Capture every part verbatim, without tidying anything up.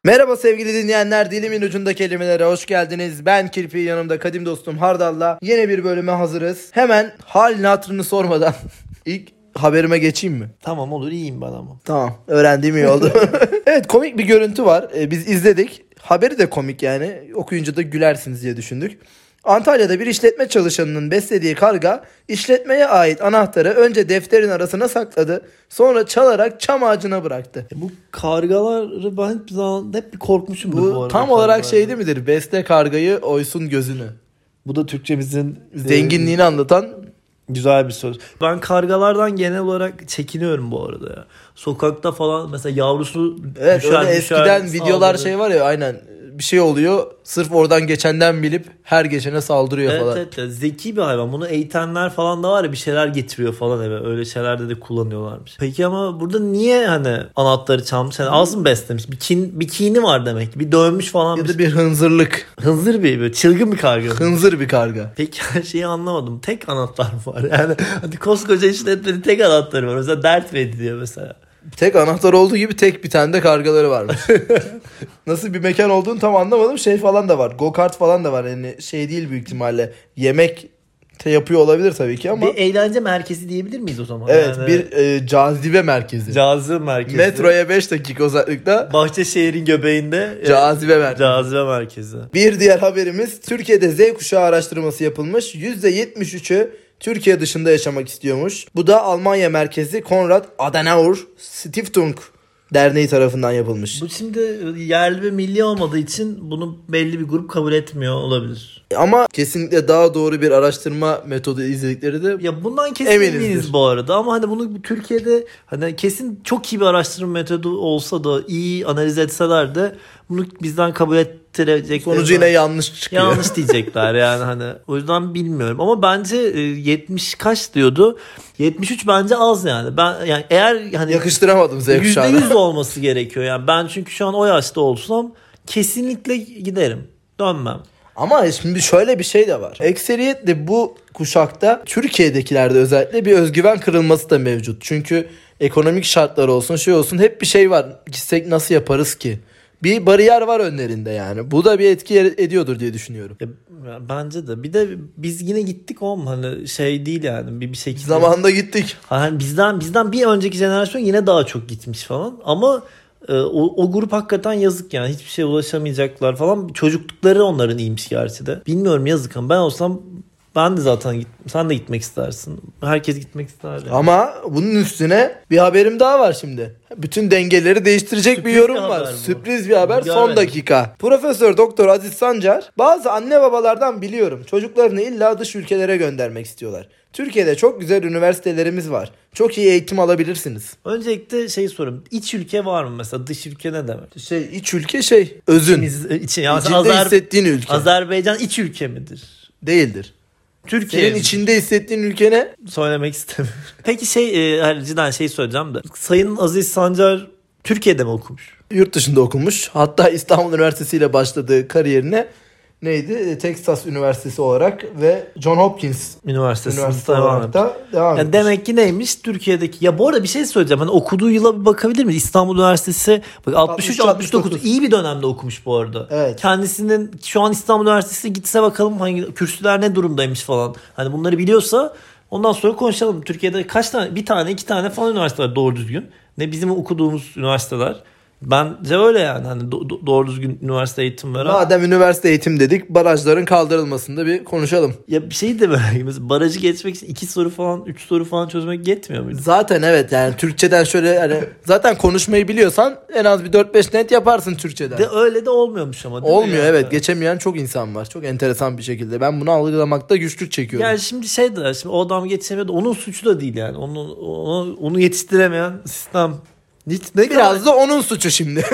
Merhaba sevgili dinleyenler, dilimin ucunda kelimelere hoş geldiniz. Ben Kirpi, yanımda kadim dostum Hardal'la yeni bir bölüme hazırız. Hemen halini hatırını sormadan ilk haberime geçeyim mi? Tamam olur, iyiyim ben ama. Tamam, öğrendiğim iyi oldu. Evet, komik bir görüntü var. Ee, biz izledik. Haberi de komik yani. Okuyunca da gülersiniz diye düşündük. Antalya'da bir işletme çalışanının beslediği karga işletmeye ait anahtarı önce defterin arasına sakladı. Sonra çalarak çam ağacına bıraktı. E bu kargaları ben hep, zaman, hep bir korkmuşumdur bu, Bu arada. tam olarak şey değil midir? Besle kargayı, oysun gözünü. Bu da Türkçemizin zenginliğini e, anlatan güzel bir söz. Ben kargalardan genel olarak çekiniyorum bu arada ya. Sokakta falan mesela yavrusu evet, düşer, öyle düşer, eskiden videolar saldırır. şey var ya, aynen bir şey oluyor. Sırf oradan geçenden bilip her geçene saldırıyor evet, falan. Evet evet. Zeki bir hayvan. Bunu eğitenler falan da var ya, bir şeyler getiriyor falan eve. Öyle şeylerde de kullanıyorlarmış. Peki ama burada niye hani anahtarı çalmış? Yani az mı beslemiş? Bir, kin, bir kini var demek ki. Bir dövmüş falan. Ya da bir hınzırlık. Hınzır bir, böyle çılgın bir karga. Hınzır bir karga. Peki her şeyi anlamadım. Tek anahtar mı var? Yani hadi koskoca işletmenin tek anahtarı var. Mesela dert mi ediliyor mesela? Tek anahtar olduğu gibi tek bir tane de kargaları varmış. Nasıl bir mekan olduğunu tam anlamadım. Şey falan da var. Go kart falan da var. Yani şey değil büyük ihtimalle. Yemek de yapıyor olabilir tabii ki ama. Bir eğlence merkezi diyebilir miyiz o zaman? Evet, yani... bir e, cazibe merkezi. Cazibe merkezi. Metroya beş dakika uzaklıkta. Bahçeşehir'in göbeğinde. Cazibe merkezi. Cazibe merkezi. Bir diğer haberimiz, Türkiye'de Z kuşağı araştırması yapılmış. yüzde yetmiş üçü Türkiye dışında yaşamak istiyormuş. Bu da Almanya merkezi Konrad Adenauer Stiftung Derneği tarafından yapılmış. Bu şimdi yerli ve milli olmadığı için bunu belli bir grup kabul etmiyor olabilir. Ama kesinlikle daha doğru bir araştırma metodu izledikleri de ya bundan kesin eminiz bu arada. Ama hani bunu Türkiye'de hani kesin çok iyi bir araştırma metodu olsa da, iyi analiz etseler de bunu bizden kabul ettirecekler. Sonucu yine yanlış çıkıyor. Yanlış diyecekler yani hani. O yüzden bilmiyorum ama bence yetmiş kaç diyordu? yetmiş üç bence az yani. Ben yani eğer hani yakıştıramadım Z kuşağına. yüzde yüz olması gerekiyor yani. Ben çünkü şu an o yaşta olsam kesinlikle giderim. Dönmem. Ama şimdi şöyle bir şey de var. Ekseriyetle bu kuşakta, Türkiye'dekilerde özellikle bir özgüven kırılması da mevcut. Çünkü ekonomik şartlar olsun, şey olsun, hep bir şey var. Gitsek nasıl yaparız ki? Bir bariyer var önlerinde yani. Bu da bir etki ediyordur diye düşünüyorum. Ya, bence de. Bir de biz yine gittik oğlum, hani şey değil yani bir bir şekilde. Zamanında gittik. Hani bizden bizden bir önceki jenerasyon yine daha çok gitmiş falan. Ama e, o, o grup hakikaten yazık yani. Hiçbir şeye ulaşamayacaklar falan. Çocuklukları onların iyiymiş gerçi de. Bilmiyorum, yazık ama ben olsam ben de zaten git, sen de gitmek istersin. Herkes gitmek ister. Yani. Ama bunun üstüne bir haberim daha var şimdi. Bütün dengeleri değiştirecek Sürpriz bir yorum bir var. Bu. Sürpriz bir haber. Son yani. dakika. Profesör Doktor Aziz Sancar, bazı anne babalardan biliyorum çocuklarını illa dış ülkelere göndermek istiyorlar. Türkiye'de çok güzel üniversitelerimiz var. Çok iyi eğitim alabilirsiniz. Öncelikle şey sorayım. İç ülke var mı mesela? Dış ülke ne demek? Şey, iç ülke şey, özün. İçiniz, için, yani İçinde Azer, hissettiğin ülke. Azerbaycan iç ülke midir? Değildir. Türkiye. Senin içinde hissettiğin ülke ne? Söylemek istemiyorum. Peki şey, e, cidden şey söyleyeceğim de. Sayın Aziz Sancar Türkiye'de mi okumuş? Yurt dışında okumuş. Hatta İstanbul Üniversitesi ile başladığı kariyerine neydi? Texas Üniversitesi olarak ve John Hopkins Üniversitesi, Üniversitesi olarak da devam yani demek ki neymiş Türkiye'deki? Ya bu arada bir şey söyleyeceğim. Hani okuduğu yıla bir bakabilir miyiz? İstanbul Üniversitesi bak altmış üç altmış dokuz iyi bir dönemde okumuş bu arada. Evet. Kendisinin şu an İstanbul Üniversitesi'ne gitse bakalım hangi kürsüler ne durumdaymış falan. Hani bunları biliyorsa ondan sonra konuşalım. Türkiye'de kaç tane, bir tane iki tane falan üniversite var doğru düzgün. Ne bizim okuduğumuz üniversiteler. Bence öyle yani hani do- doğru düzgün üniversite eğitim veren. Madem üniversite eğitim dedik, barajların kaldırılmasında bir konuşalım. Ya bir şey de merak ediyorum. Barajı geçmek için iki soru falan, üç soru falan çözmek yetmiyor muydu? Zaten evet yani Türkçeden şöyle hani zaten konuşmayı biliyorsan en az bir dört beş net yaparsın Türkçeden. De öyle de olmuyormuş ama. Olmuyor evet, geçemeyen çok insan var. Çok enteresan bir şekilde. Ben bunu algılamakta güçlük çekiyorum. Yani şimdi şey de şimdi o adam geçemiyordu. Onun suçu da değil yani. Onu onu, onu yetiştiremeyen sistem. Hiç, ne Biraz kadar... da onun suçu şimdi.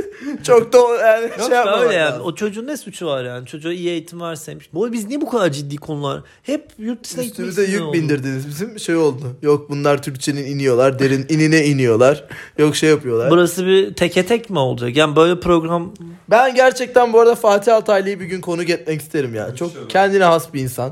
Çok da yani Yok şey yapmamak öyle yani. lazım. O çocuğun ne suçu var yani? Çocuğa iyi eğitim verseymiş. Bu biz niye bu kadar ciddi konular? Hep yurt dışına gitmek Üstümüze yük oldu. bindirdiniz. Bizim şey oldu. Yok bunlar Türkçenin iniyorlar. Derin inine iniyorlar. Yok şey yapıyorlar. Burası bir teke tek mi olacak? Yani böyle program... Ben gerçekten bu arada Fatih Altaylı'yı bir gün konuk etmek isterim ya. Çok kendine has bir insan.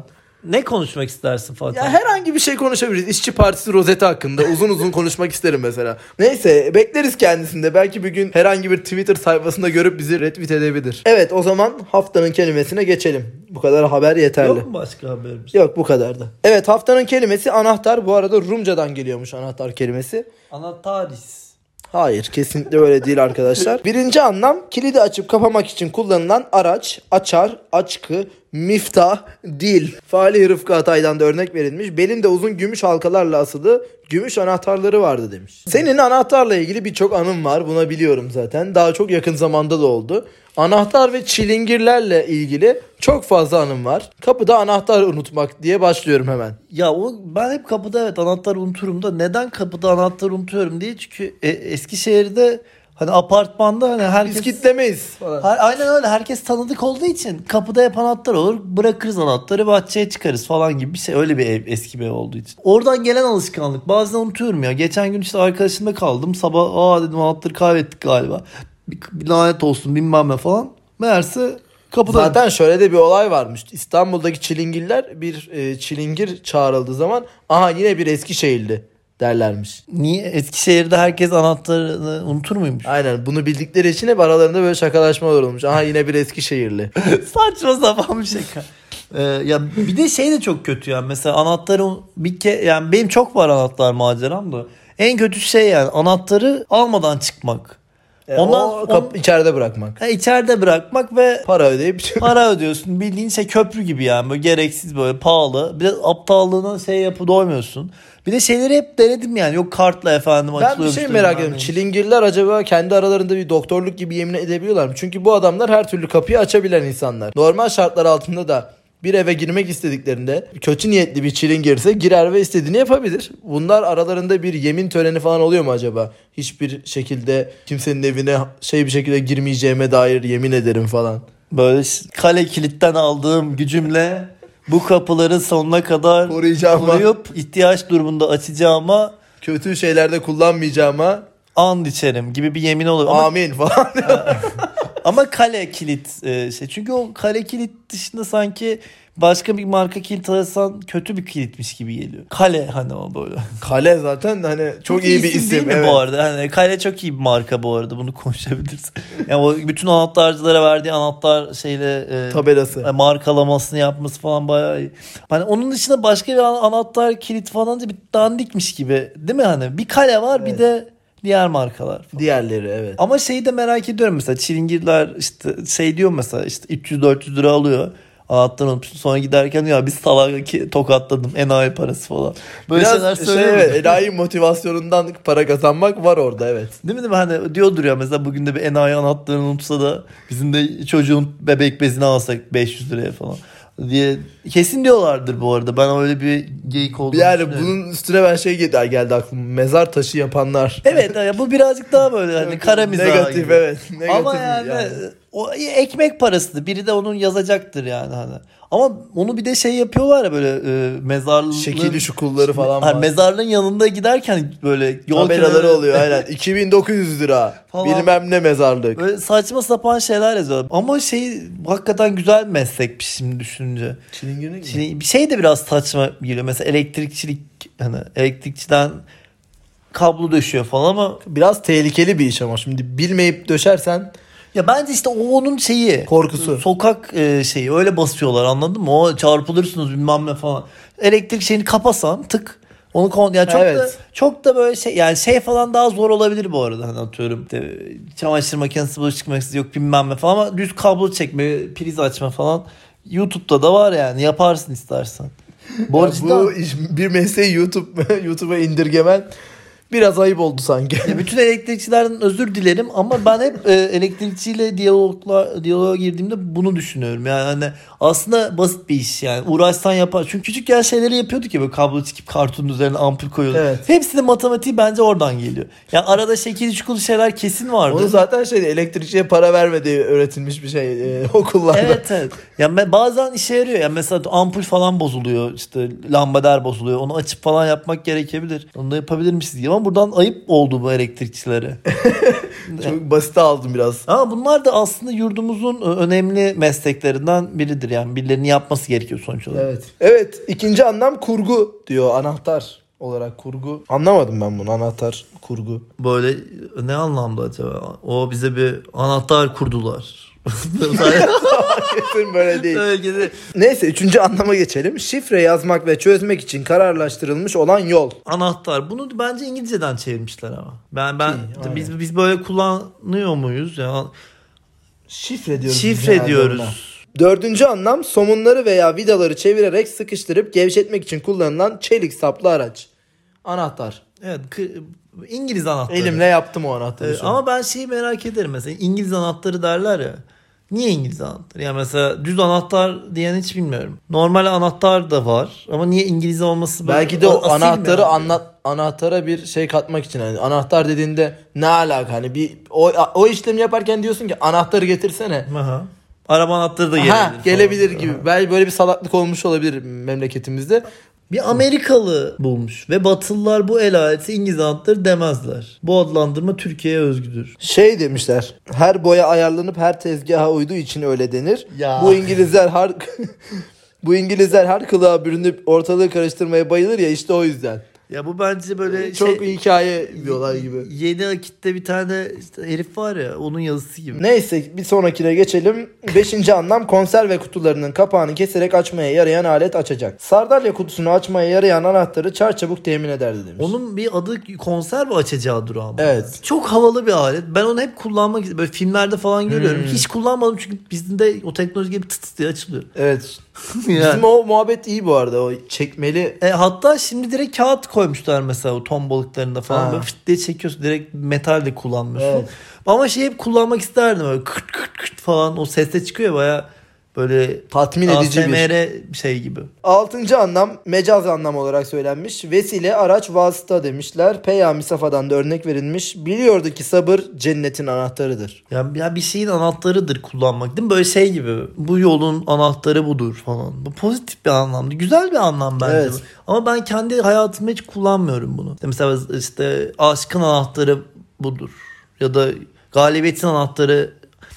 Ne konuşmak istersin Fatih? Ya herhangi bir şey konuşabiliriz. İşçi Partisi rozeti hakkında uzun uzun konuşmak isterim mesela. Neyse bekleriz kendisinde. Belki bir gün herhangi bir Twitter sayfasında görüp bizi retweet edebilir. Evet, o zaman haftanın kelimesine geçelim. Bu kadar haber yeterli. Yok mu başka haberimiz? Yok, bu kadardı. Evet, haftanın kelimesi anahtar. Bu arada Rumcadan geliyormuş anahtar kelimesi. Anahtaris. Hayır, kesinlikle öyle değil arkadaşlar. Birinci anlam, kilidi açıp kapamak için kullanılan araç, açar, açkı, miftah, dil. Falih Rıfkı Atay'dan da örnek verilmiş. Belinde uzun gümüş halkalarla asılı gümüş anahtarları vardı demiş. Senin anahtarla ilgili birçok anım var. Bunu biliyorum zaten. Daha çok yakın zamanda da oldu. Anahtar ve çilingirlerle ilgili çok fazla anım var. Kapıda anahtar unutmak diye başlıyorum hemen. Ya o, ben hep kapıda evet anahtar unuturum da neden kapıda anahtar unutuyorum diye, çünkü e, Eskişehir'de hani apartmanda hani herkes... Biz kitlemeyiz falan. Her, aynen öyle, herkes tanıdık olduğu için kapıda hep anahtar olur, bırakırız anahtarı, bahçeye çıkarız falan gibi bir şey, öyle bir ev, eski bir ev olduğu için. Oradan gelen alışkanlık, bazen unutuyorum ya. Geçen gün işte arkadaşımla kaldım, sabah aa dedim anahtarı kaybettik galiba, bir, bir lanet olsun bilmem ne falan, meğerse kapıda. Zaten şöyle de bir olay varmış. İstanbul'daki çilingirler bir e, çilingir çağrıldığı zaman aha yine bir Eskişehirli derlermiş. Niye? Eskişehir'de herkes anahtarını unutur muymuş? Aynen, bunu bildikleri için hep aralarında böyle şakalaşmalar olmuş. Aha yine bir Eskişehirli. Saçma sapan bir şaka. Ee, ya bir de şey de çok kötü yani. Mesela anahtarı bir ke yani benim çok var anahtar maceram da. En kötü şey yani anahtarı almadan çıkmak. E, Ondan o kap- on, içeride bırakmak. ha, içeride bırakmak ve Para ödeyip para ödüyorsun. Bildiğin şey köprü gibi yani. Böyle gereksiz, böyle pahalı. Bir de aptallığına şey yapı doymuyorsun. Bir de şeyleri hep denedim yani. Yok kartla efendim ben açılıyor. bir şey merak ediyorum. Çilingirler acaba kendi aralarında bir doktorluk gibi yemin edebiliyorlar mı? Çünkü bu adamlar her türlü kapıyı açabilen insanlar. Normal şartlar altında da bir eve girmek istediklerinde kötü niyetli bir çilingirse girer ve istediğini yapabilir. Bunlar aralarında bir yemin töreni falan oluyor mu acaba? Hiçbir şekilde kimsenin evine şey bir şekilde girmeyeceğime dair yemin ederim falan. Böyle kale kilitten aldığım gücümle bu kapıları sonuna kadar Koruyacağıma, koruyup ihtiyaç durumunda açacağıma kötü şeylerde kullanmayacağıma and içerim gibi bir yemin oluyor. Ama, amin falan. ama kale kilit e, şey. Çünkü o kale kilit dışında sanki başka bir marka kilit alırsan kötü bir kilitmiş gibi geliyor. Kale hani o böyle. Kale zaten hani çok, çok iyi bir isim. Değil mi evet. bu arada? Hani Kale çok iyi bir marka bu arada. Bunu konuşabiliriz. Yani o bütün anahtarcılara verdiği anahtar şeyle e, tabelası. E, markalamasını yapması falan bayağı iyi. Hani onun dışında başka bir anahtar kilit falan da bir dandikmiş gibi. Değil mi hani? Bir Kale var, evet. Bir de diğer markalar falan. Diğerleri evet. Ama şeyi de merak ediyorum mesela çilingirler işte şey diyor mesela işte üç yüz dört yüz lira alıyor. Anahtar unutmuşsun, sonra giderken ya biz salak ki tokatladım enayi parası falan. Böyle biraz şeyler söylüyor. Şey, evet, enayi motivasyonundan para kazanmak var orada evet. Değil mi? Değil mi? Hani diyordur ya mesela bugün de bir enayi anahtarını unutsa da bizim de çocuğun bebek bezini alsak beş yüz liraya falan diye kesin diyorlardır bu arada. Ben öyle bir geyik olduğunu yani bunun üstüne ben şey geldi, geldi aklıma, mezar taşı yapanlar. Evet ya bu birazcık daha böyle hani kara mizah negatif gibi. evet. Negatif ama yani, yani o ekmek parası, biri de onun yazacaktır yani hani. Ama onu bir de şey yapıyorlar ya böyle e, mezarlığın şekilli şukulları falan var. Hani mezarlığın yanında giderken böyle yol tabelaları kenarı oluyor aynen. iki bin dokuz yüz lira falan. Bilmem ne mezarlık. Böyle saçma sapan şeyler yazıyorlar. Ama şey hakikaten güzel bir meslekmiş şimdi düşününce. Çilingirlik Şimdi bir şey de biraz saçma geliyor. Mesela elektrikçilik, hani elektrikçiden kablo döşüyor falan ama biraz tehlikeli bir iş ama şimdi bilmeyip döşersen. Ya bence işte o onun şeyi. Korkusu. Sokak şeyi öyle basıyorlar, anladın mı? O çarpılırsınız bilmem ne falan. Elektrik şeyini kapasan tık onu kon yani çok evet. da çok da böyle şey yani şey falan daha zor olabilir bu arada, hani atıyorum işte çamaşır makinesi, bulaşık makinesi yok bilmem ne falan ama düz kablo çekme, priz açma falan YouTube'da da var yani, yaparsın istersen. Bu, bu iş, bir mesleği YouTube YouTube'a indirgemen biraz ayıp oldu sanki. Ya bütün elektrikçilerden özür dilerim ama ben hep e, elektrikçiyle diyalogla diyaloğa girdiğimde bunu düşünüyorum. Yani hani aslında basit bir iş yani. Uğraşsan yapar. Çünkü küçükken şeyleri yapıyorduk ya, böyle kablo çekip kartonun üzerine ampul koyuyorduk. Evet. Hepsinin matematiği bence oradan geliyor. Yani arada şekilli çukurlu şeyler kesin vardı. Onu zaten şeyde elektrikçiye para vermediği öğretilmiş bir şey e, okullarda. Evet evet. Yani bazen işe yarıyor. Yani mesela ampul falan bozuluyor. İşte lambader bozuluyor. Onu açıp falan yapmak gerekebilir. Onu da yapabilirmişiz gibi ama buradan ayıp oldu bu elektrikçilere. Çok basit aldım biraz. Ama bunlar da aslında yurdumuzun önemli mesleklerinden biridir. Yani birilerinin yapması gerekiyor sonuç olarak. Evet. Evet. İkinci anlam kurgu diyor, anahtar olarak kurgu. Anlamadım ben bunu, anahtar kurgu. Böyle ne anlamda acaba? O bize bir anahtar kurdular. Kesin böyle değil. Neyse, üçüncü anlama geçelim. Şifre yazmak ve çözmek için kararlaştırılmış olan yol. Anahtar. Bunu bence İngilizceden çevirmişler ama. Ben ben Ki, biz biz böyle kullanıyor muyuz ya? Şifre diyoruz. Şifre diyoruz. Ona. Dördüncü anlam, somunları veya vidaları çevirerek sıkıştırıp gevşetmek için kullanılan çelik saplı araç. Anahtar. Evet, İngiliz anahtarı. Elimle yaptım o anahtarı. Ee, ama ben şeyi merak ederim mesela, İngiliz anahtarı derler ya. Niye İngiliz anahtarı? Yani mesela düz anahtar diyen hiç bilmiyorum. Normal anahtar da var ama niye İngiliz olması böyle? Belki de o asil anahtarı anlat anahtara bir şey katmak için, hani anahtar dediğinde ne alaka, hani bir o o işlemi yaparken diyorsun ki anahtarı getirsene. Aha. Araba anahtarı da gelebilir. Ha, gelebilir falan. gibi. Aha. Belki böyle bir salaklık olmuş olabilir memleketimizde. Bir Amerikalı bulmuş ve Batılılar bu el aleti İngiliz anahtarı demezler. Bu adlandırma Türkiye'ye özgüdür. Şey demişler. Her boya ayarlanıp her tezgaha uyduğu için öyle denir. Ya. Bu İngilizler her bu İngilizler her kılığa bürünüp ortalığı karıştırmaya bayılır ya, işte o yüzden. Ya bu bence böyle çok şey, bir hikaye bir olay gibi. Yeni Akit'te bir tane işte herif var ya, onun yazısı gibi. Neyse, bir sonrakine geçelim. Beşinci anlam, konserve kutularının kapağını keserek açmaya yarayan alet açacak. Sardalya kutusunu açmaya yarayan anahtarı çarçabuk temin ederdi demiş. Onun bir adı konserve açacağıdır ama. Evet. Çok havalı bir alet. Ben onu hep kullanmak istiyorum. Böyle filmlerde falan görüyorum. Hmm. Hiç kullanmadım çünkü bizde o teknoloji gibi tıt tıt diye açılıyor. Evet. Yani. Bizim o muhabbet iyi bu arada. O çekmeli. E, hatta şimdi direkt kağıt koymuşlar mesela o ton balıklarında falan. Ha. Böyle fıt diye çekiyorsun. Direkt metal de kullanmıyorsun. Evet. Ama şey hep kullanmak isterdim. Böyle kırt kırt kırt falan. O sesle çıkıyor baya böyle Tatmin edici A S M R bir. şey gibi. Altıncı anlam mecaz anlam olarak söylenmiş. Vesile, araç, vasıta demişler. Peyami Safa'dan da örnek verilmiş. Biliyordu ki sabır cennetin anahtarıdır. Yani ya bir şeyin anahtarıdır kullanmak, değil mi? Böyle şey gibi. Bu yolun anahtarı budur falan. Bu pozitif bir anlamda. Güzel bir anlam bence. Evet. Bu. Ama ben kendi hayatımda hiç kullanmıyorum bunu. Mesela işte aşkın anahtarı budur. Ya da galibiyetin anahtarı.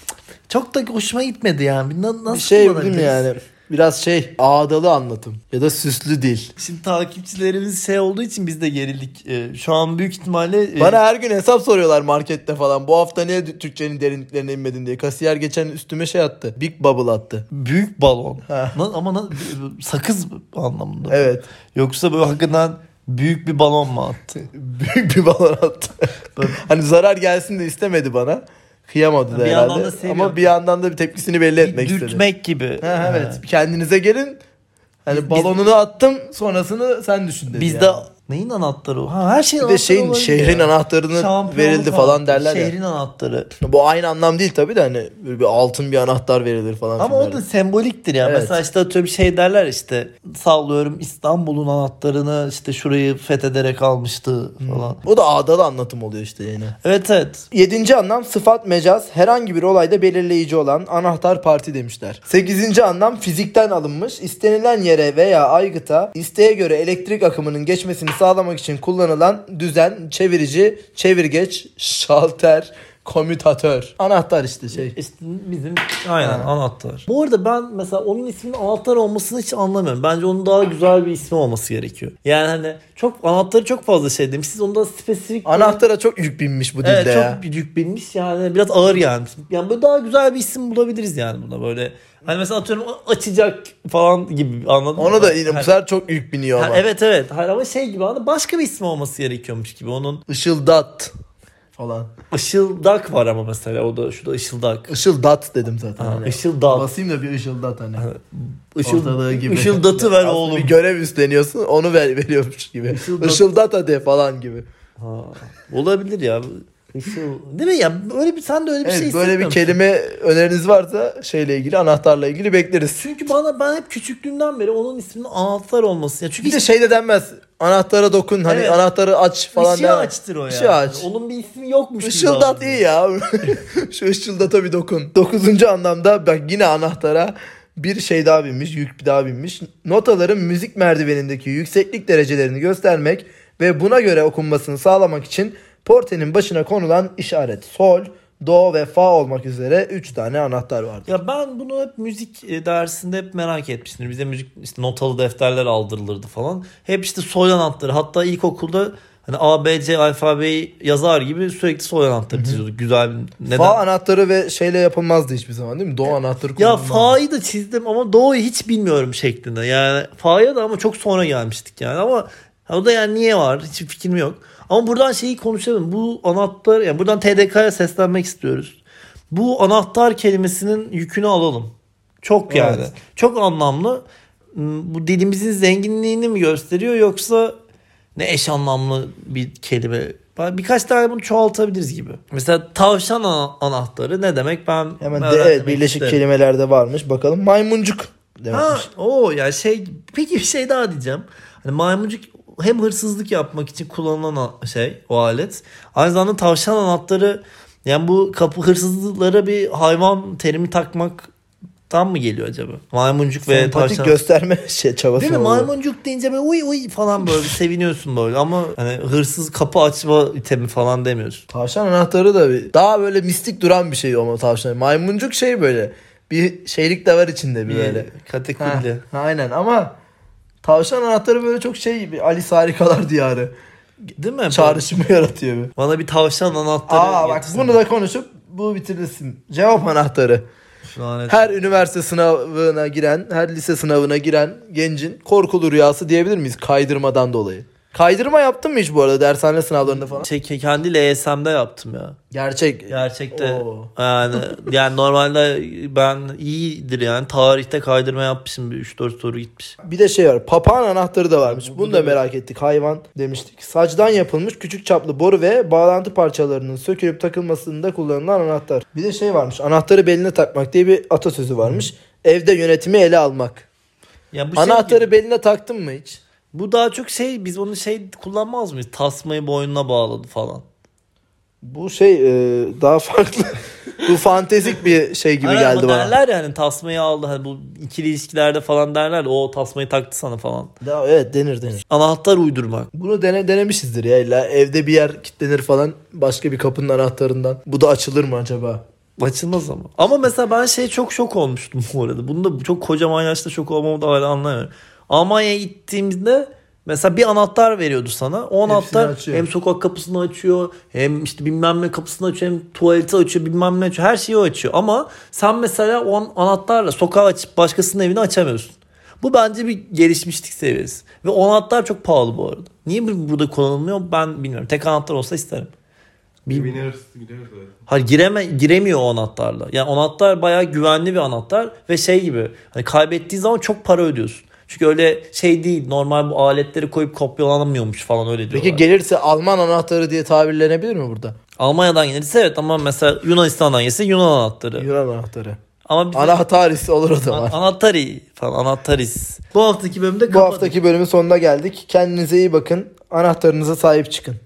Çok da hoşuma gitmedi yani. Nasıl Bir şey değil mi yani? Biraz şey, ağdalı anlatım ya da süslü dil. Şimdi takipçilerimiz şey olduğu için biz de gerildik. Ee, şu an büyük ihtimalle... Bana her gün hesap soruyorlar markette falan. Bu hafta niye Türkçenin derinliklerine inmedin diye. Kasiyer geçen üstüme şey attı. Big Bubble attı. Büyük balon. Ha. Ama na- sakız anlamında. Evet. Yoksa böyle hakikaten büyük bir balon mu attı? Büyük bir balon attı. Hani zarar gelsin de istemedi bana. Kıyamadı da Bir herhalde. yandan da seviyor. Ama bir yandan da bir tepkisini belli etmek istedi. Dürtmek gibi. Ha, evet. Kendinize gelin. Hani Biz- balonunu attım, sonrasını sen düşün dedi. Bizde yani. neyin anahtarı o? Ha, her şeyin Bir anahtarı de şeyin olabilir şehrin ya. anahtarını Şampiyonluk verildi falan anahtarı, derler ya. Şehrin anahtarı. Bu aynı anlam değil tabii de, hani böyle bir altın bir anahtar verilir falan. Ama o filmlerde. da semboliktir ya. Evet. Mesela işte atıyorum şey derler işte, sallıyorum İstanbul'un anahtarını işte şurayı fethederek almıştı falan. Bu da ağdalı anlatım oluyor işte yine. Evet evet. Yedinci anlam sıfat mecaz, herhangi bir olayda belirleyici olan anahtar parti demişler. Sekizinci anlam fizikten alınmış, istenilen yere veya aygıta isteğe göre elektrik akımının geçmesini sağlamak için kullanılan düzen, çevirici, çevirgeç, şalter, komütatör. Anahtar işte şey. İşte bizim aynen Ha. anahtar. Bu arada ben mesela onun isminin anahtar olmasını hiç anlamıyorum. Bence onun daha güzel bir ismi olması gerekiyor. Yani hani çok anahtarı çok fazla şey demiş. Siz onda spesifik... Anahtara çok yük binmiş bu dilde evet, ya. çok yük binmiş yani, biraz ağır yani. Yani böyle daha güzel bir isim bulabiliriz yani buna böyle. Hani mesela atıyorum açacak falan gibi, anladın mı? Onu da yine bu Hani- sefer çok yük biniyor Ha, ama. evet evet. Hayır, ama şey gibi, hani başka bir ismi olması gerekiyormuş gibi onun. Işıldat falan. Işıldak var ama mesela, o da şu da ışıldak. Işıldat dedim zaten. Ha, hani. ışıldak. Basayım da bir ışıldat hani. Işıl, Ortalığı gibi. Işıldatı ver Aslında oğlum. bir görev üstleniyorsun, onu ver, veriyormuş gibi. Işıldat. Işıldat hadi falan gibi. Ha, olabilir ya. Işıl. Değil mi ya? Öyle bir, sen de öyle bir Evet, şey böyle bir hissetmiyor kelime öneriniz varsa şeyle ilgili, anahtarla ilgili bekleriz. Çünkü bana, ben hep küçüklüğümden beri onun isminin anahtar olması. Ya çünkü Bir de şey de denmez. Anahtara dokun, hani Evet. anahtarı aç falan. ışığı denmez. açtır o ya. Işığı aç. Onun bir ismi yokmuş gibi. Işıldat davranıyor. iyi ya. Şu ışıldata bir dokun. Dokuzuncu anlamda bak, yine anahtara bir şey daha binmiş, yük bir daha binmiş. Notaların müzik merdivenindeki yükseklik derecelerini göstermek ve buna göre okunmasını sağlamak için Portenin başına konulan işaret sol, do ve fa olmak üzere üç tane anahtar vardır. Ya ben bunu hep müzik dersinde hep merak etmiştim. Bize müzik işte notalı defterler aldırılırdı falan. Hep işte sol anahtarı. Hatta ilkokulda hani A, B, C alfabeyi yazar gibi sürekli sol anahtarı çiziyorduk. Güzel bir... Neden? Fa anahtarı ve şeyle yapılmazdı hiçbir zaman değil mi? Do anahtarı Ya kullanılmazdı. fa'yı da çizdim ama do'yu hiç bilmiyorum şeklinde. Yani fa'ya da ama çok sonra gelmiştik yani. Ama o da yani niye var? Hiçbir fikrim yok. Ama buradan şeyi konuşalım. Bu anahtar, yani buradan T D K'ya seslenmek istiyoruz. Bu anahtar kelimesinin yükünü alalım. Çok yani. Evet. Çok anlamlı. Bu dilimizin zenginliğini mi gösteriyor yoksa ne eş anlamlı bir kelime? Birkaç tane bunu çoğaltabiliriz gibi. Mesela tavşan anahtarı ne demek? Ben Hemen de evet, birleşik isterim. Kelimelerde varmış. Bakalım maymuncuk demekmiş. Ha, o yani şey, peki bir şey daha diyeceğim. Hani maymuncuk hem hırsızlık yapmak için kullanılan şey, o alet. Aynı zamanda tavşan anahtarı, yani bu kapı hırsızlara bir hayvan terimi takmaktan mı geliyor acaba? Maymuncuk ve sempatik tavşan. gösterme şey çabası. Değil mi? Maymuncuk deyince böyle uy uy falan böyle seviniyorsun böyle, ama hani hırsız kapı açma itemi falan demiyorsun. Tavşan anahtarı da bir, daha böyle mistik duran bir şey ama tavşan. Maymuncuk şey böyle bir şeylik de var içinde bir, bir böyle. Katekulli. Ha, aynen ama tavşan anahtarı böyle çok şey gibi, Alice Harikalar Diyarı. Değil mi? Çağrışımı yaratıyor bir. Bana bir tavşan anahtarı Aa bak, bunu da konuşup bu bitirirsin. Cevap anahtarı. Her üniversite sınavına giren, her lise sınavına giren gencin korkulu rüyası diyebilir miyiz kaydırmadan dolayı? Kaydırma yaptın mı hiç bu arada dershane sınavlarında falan? Şey, kendi L S M'de yaptım ya. Gerçek. Gerçekte. Oo. Yani yani normalde ben iyidir yani, tarihte kaydırma yapmışım, bir üç dört soru gitmiş. Bir de şey var, papağan anahtarı da varmış. Bu, Bunu bu da da merak böyle ettik. Hayvan demiştik. Saçtan yapılmış küçük çaplı boru ve bağlantı parçalarının sökülüp takılmasında kullanılan anahtar. Bir de şey varmış, anahtarı beline takmak diye bir atasözü varmış. Hı. Evde yönetimi ele almak. Ya bu anahtarı şey beline taktın mı hiç? Bu daha çok şey, biz onu şey kullanmaz mıyız? Tasmayı boynuna bağladı falan. Bu şey e, daha farklı. Bu fantezik bir şey gibi Aynen, geldi bana. Derler yani tasmayı aldı. Hani bu ikili ilişkilerde falan derler. O tasmayı taktı sana falan. Ya, evet denir denir. Anahtar uydurmak. Bunu dene, denemişizdir ya. İlla evde bir yer kilitlenir falan. Başka bir kapının anahtarından. Bu da açılır mı acaba? Açılmaz ama. Ama mesela ben şey çok şok olmuştum bu arada. Bunu da çok kocaman yaşta şok olmamı da hala anlamıyorum. Almanya'ya gittiğimizde mesela bir anahtar veriyordu sana. O anahtar hem sokak kapısını açıyor, hem işte bilmem ne kapısını açıyor, hem tuvaleti açıyor, bilmem ne açıyor. Her şeyi o açıyor. Ama sen mesela o anahtarla sokağı açıp başkasının evini açamıyorsun. Bu bence bir gelişmişlik seviyesi. Ve o anahtar çok pahalı bu arada. Niye burada kullanılmıyor ben bilmiyorum. Tek anahtar olsa isterim. Bir... Hayır, gireme, giremiyor o anahtarla. Yani anahtar bayağı güvenli bir anahtar ve şey gibi, hani kaybettiğin zaman çok para ödüyorsun. Çünkü öyle şey değil, normal bu aletleri koyup kopyalanamıyormuş falan, öyle diyorlar. Peki gelirse Alman anahtarı diye tabirlenebilir mi burada? Almanya'dan gelirse evet, ama mesela Yunanistan'dan gelirse Yunan anahtarı. Yunan anahtarı. Ama bize... Anahtaris olur o zaman. Anahtari falan, anahtaris. Bu haftaki bölümde Bu haftaki bölümün sonuna geldik. Kendinize iyi bakın. Anahtarınıza sahip çıkın.